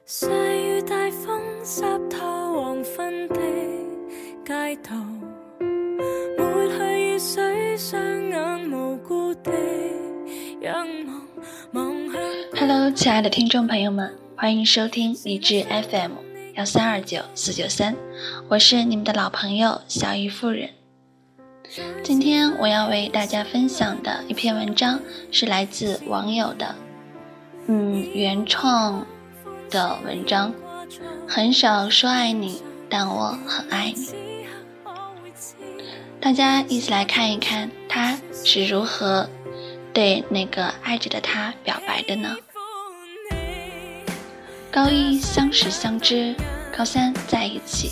细雨大风湿透黄昏的街道，抹去雨水，双眼无辜地仰望向。 Hello， 亲爱的听众朋友们，欢迎收听荔枝 FM 1329493，我是你们的老朋友小鱼夫人。今天我要为大家分享的一篇文章是来自网友的原创的文章，很少说爱你，但我很爱你。大家一起来看一看他是如何对那个爱着的他表白的呢？高一相识相知，高三在一起，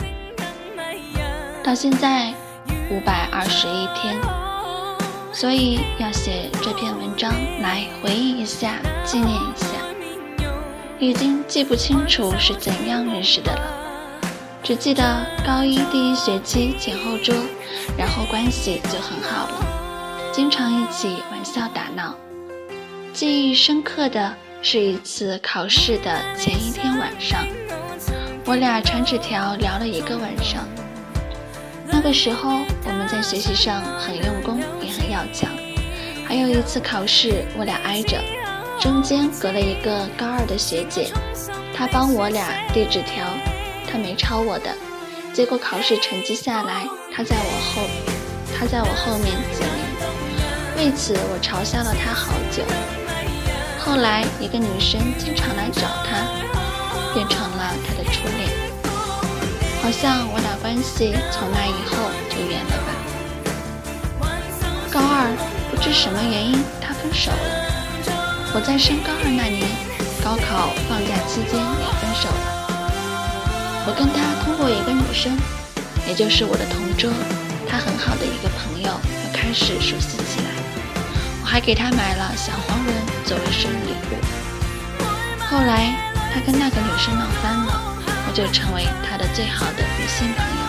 到现在521天，所以要写这篇文章来回忆一下，纪念一下。已经记不清楚是怎样认识的了，只记得高一第一学期前后桌，然后关系就很好了，经常一起玩笑打闹。记忆深刻的是一次考试的前一天晚上，我俩传纸条聊了1个晚上。那个时候我们在学习上很用功，也很要强。还有一次考试，我俩挨着，中间隔了一个高2的学姐，她帮我俩递纸条，她没抄我的，结果考试成绩下来，她在我后面几名，为此我嘲笑了她好久。后来一个女生经常来找她，变成了她的初恋。好像我俩关系从那以后就远了吧。高2不知什么原因她分手了，我在升高2那年，高考放假期间也分手了。我跟她通过一个女生，也就是我的同桌，她很好的一个朋友，又开始熟悉起来。我还给她买了小黄人作为生日礼物。后来她跟那个女生闹翻了，我就成为她的最好的女性朋友。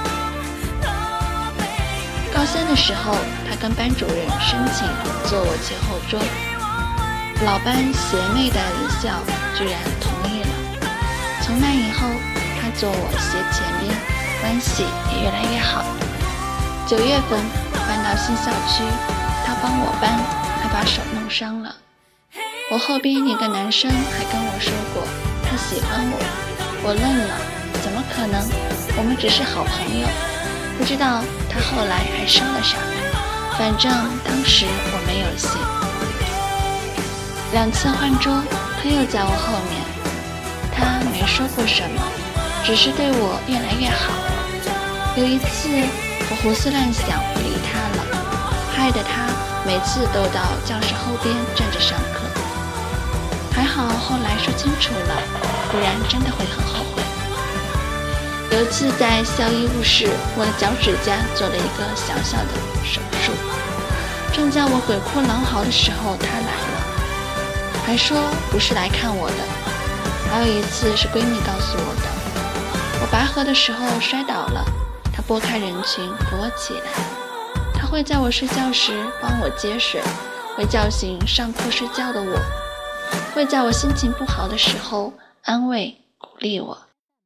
高3的时候，她跟班主任申请坐我前后桌，老班邪魅的一笑，居然同意了。从那以后，她坐我斜前边，关系也越来越好。9月份搬到新校区，她帮我搬，还把手弄伤了。我后边一个男生还跟我说过他喜欢我，我愣了，怎么可能？我们只是好朋友。不知道他后来还生了啥，反正当时我没有信。2次换桌，他又在我后面，他没说过什么，只是对我越来越好。有一次我胡思乱想不理他了，害得他每次都到教室后边站着上课。还好后来说清楚了，不然真的会很后悔。有一次在校医务室，我的脚趾甲做了一个小小的手术，正在我鬼哭狼嚎的时候，他来了，还说不是来看我的。还有一次是闺蜜告诉我的，我拔河的时候摔倒了，她拨开人群扶我起来。她会在我睡觉时帮我接水，会叫醒上课睡觉的我，会在我心情不好的时候安慰鼓励我。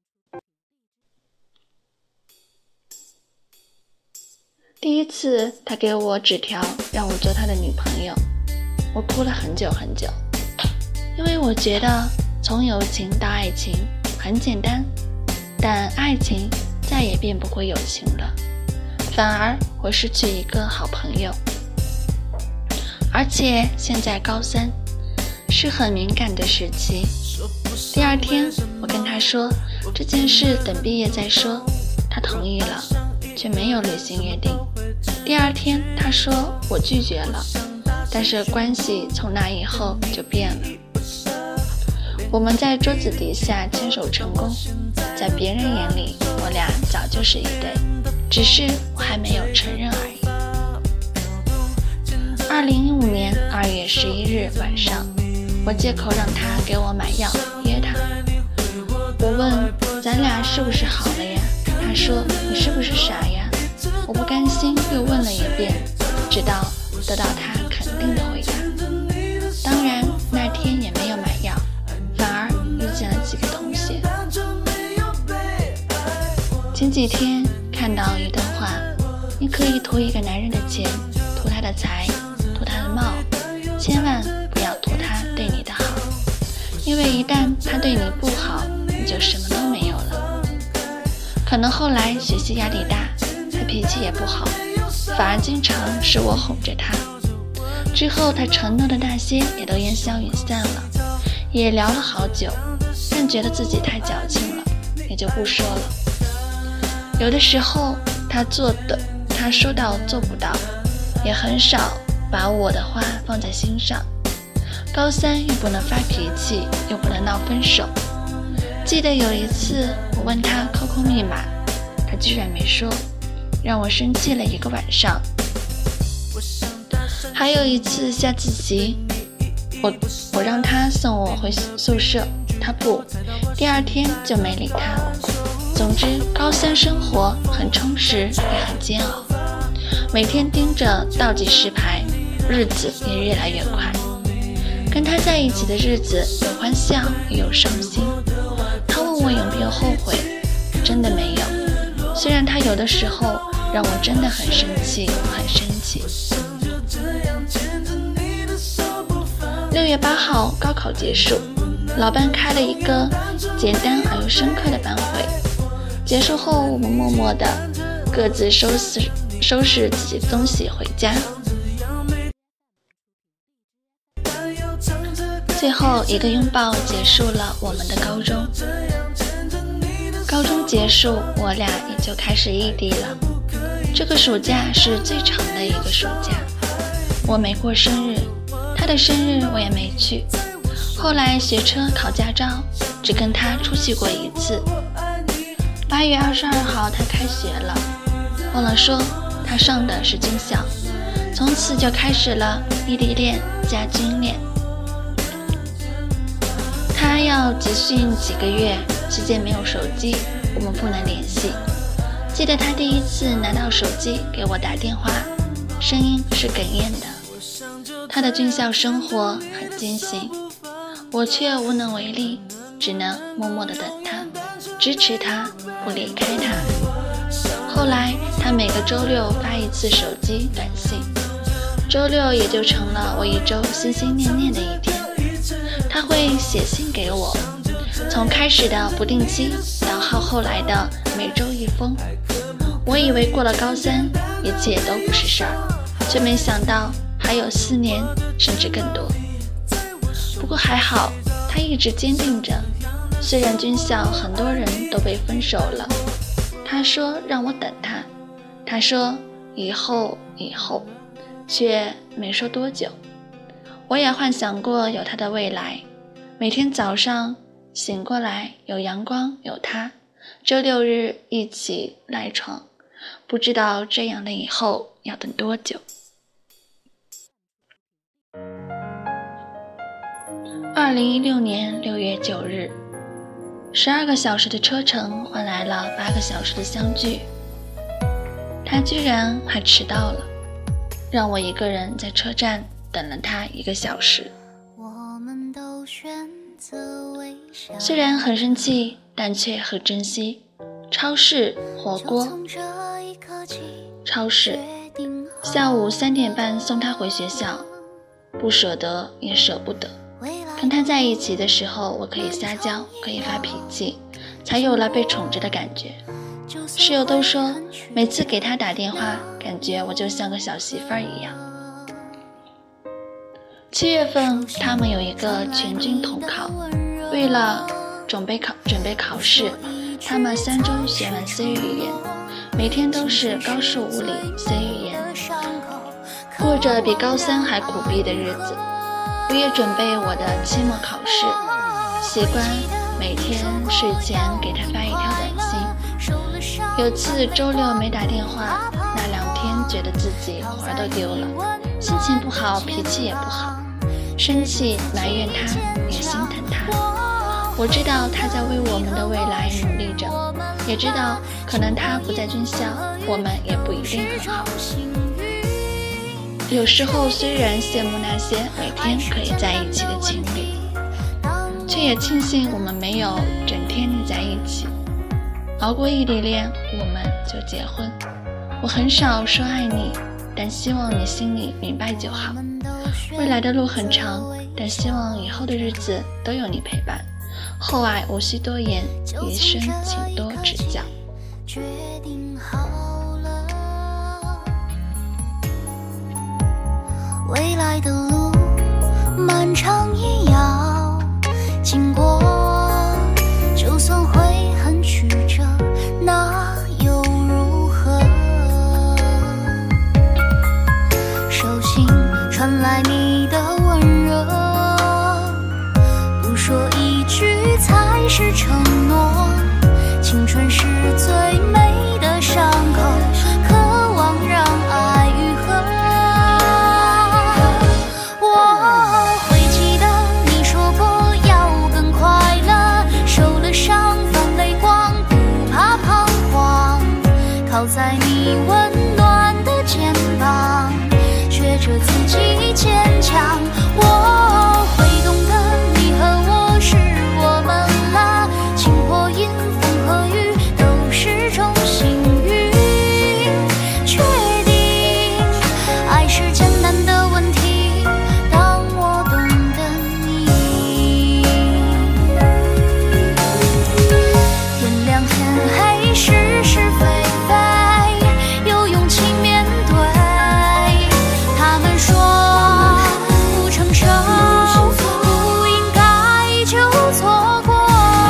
第一次他给我纸条让我做他的女朋友，我哭了很久很久，因为我觉得从友情到爱情很简单，但爱情再也变不回友情了，反而会失去一个好朋友。而且现在高3是很敏感的时期。第2天我跟他说这件事等毕业再说，他同意了，却没有履行约定。第2天他说我拒绝了，但是关系从那以后就变了。我们在桌子底下牵手成功，在别人眼里我俩早就是一对，只是我还没有承认而已。2015年2月11日晚上，我借口让他给我买药约他。我问咱俩是不是好了呀？他说你是不是傻呀？我不甘心又问了一遍，直到得到他肯定的回答。当然那天也没有买药，反而遇见了几前几天看到一段话，你可以图一个男人的钱，图他的财，图他的貌，千万不要图他对你的好，因为一旦他对你不好，你就什么都没有了。可能后来学习压力大，他脾气也不好，反而经常是我哄着他。之后他承诺的那些也都烟消云散了，也聊了好久，但觉得自己太矫情了，也就不说了。有的时候他说到做不到，也很少把我的话放在心上。高三又不能发脾气，又不能闹分手。记得有一次我问他 QQ 密码，他居然没说，让我生气了一个晚上。还有一次下自习，我让他送我回宿舍，他不，第二天就没理他。总之，高三生活很充实也很煎熬，每天盯着倒计时牌，日子也越来越快。跟他在一起的日子有欢笑也有伤心。他问我有没有后悔，真的没有，虽然他有的时候让我真的很生气很生气。6月8号高考结束，老班开了一个简单而又深刻的班会。结束后，我们默默地各自收拾自己的东西回家。最后一个拥抱结束了我们的高中。高中结束，我俩也就开始异地了。这个暑假是最长的一个暑假，我没过生日，他的生日我也没去。后来学车考驾照，只跟他出去过一次。8月22号他开学了，忘了说他上的是军校，从此就开始了异地恋加军恋。他要集训几个月，期间没有手机，我们不能联系。记得他第一次拿到手机给我打电话，声音是哽咽的。他的军校生活很艰辛，我却无能为力，只能默默地等他，支持他，不离开他。后来他每个周六发一次手机短信，周六也就成了我一周心心念念的一天。他会写信给我，从开始的不定期到后来的每周一封。我以为过了高三一切都不是事儿，却没想到还有4年甚至更多。不过还好，他一直坚定着，虽然军校很多人都被分手了，他说让我等他，他说以后，却没说多久。我也幻想过有他的未来，每天早上醒过来有阳光有他，周6日一起赖床，不知道这样的以后要等多久。2016年6月9日，12个小时的车程换来了8个小时的相聚，他居然还迟到了，让我一个人在车站等了他1个小时。虽然很生气，但却很珍惜。超市火锅，超市下午3点半送他回学校，不舍得也舍不得。跟他在一起的时候，我可以撒娇，可以发脾气，才有了被宠着的感觉。室友都说，每次给他打电话，感觉我就像个小媳妇儿一样。7月份，他们有一个全军统考，为了准备考试，他们3周学完 C 语言，每天都是高数、物理、C 语言，过着比高3还苦逼的日子。我也准备我的期末考试，习惯每天睡前给他发一条短信。有次周6没打电话，那2天觉得自己魂儿都丢了，心情不好，脾气也不好，生气埋怨他，也心疼他。我知道他在为我们的未来努力着，也知道可能他不在军校，我们也不一定很好。有时候虽然羡慕那些每天可以在一起的情侣，却也庆幸我们没有整天腻在一起。 熬过异地恋，我们就结婚。我很少说爱你，但希望你心里明白就好。未来的路很长，但希望以后的日子都有你陪伴。厚爱无需多言，余生请多指教。 决定好了，未来的路漫长也要经过，就算会很曲折，那又如何？手心传来你的温热，不说一句才是承诺。青春是最美的伤口，渴望让爱愈合。我会记得你说过要更快乐，受了伤泛泪光，不怕彷徨，靠在你温暖的肩膀，学着自己坚强。我会懂得你和我是我们了，情或阴风和雨都是种幸运。确定爱是简单的问题，当我懂得你。原谅天黑是是非非，有勇气面对。他们说不成熟不应该就错过。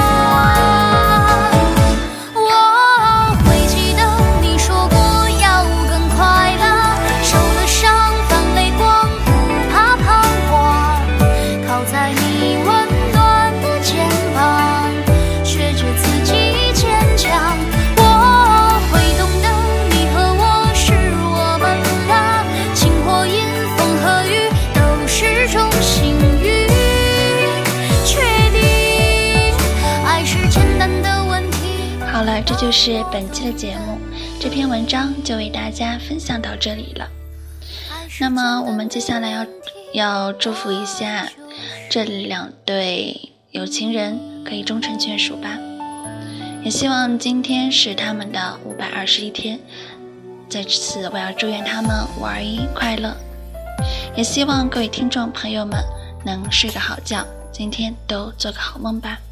我会记得你说过要更快乐，受了伤泛泪光，不怕彷徨，靠在你温暖的肩膀，学着自己坚强。我会懂得你和我是我们了，情或阴风和雨都是种幸运。确定爱是简单的问题。 好了，这就是本期的节目，这篇文章就为大家分享到这里了。那么我们接下来要祝福一下这两对有情人可以终成眷属吧，也希望今天是他们的521天，在此我要祝愿他们521快乐，也希望各位听众朋友们能睡个好觉，今天都做个好梦吧。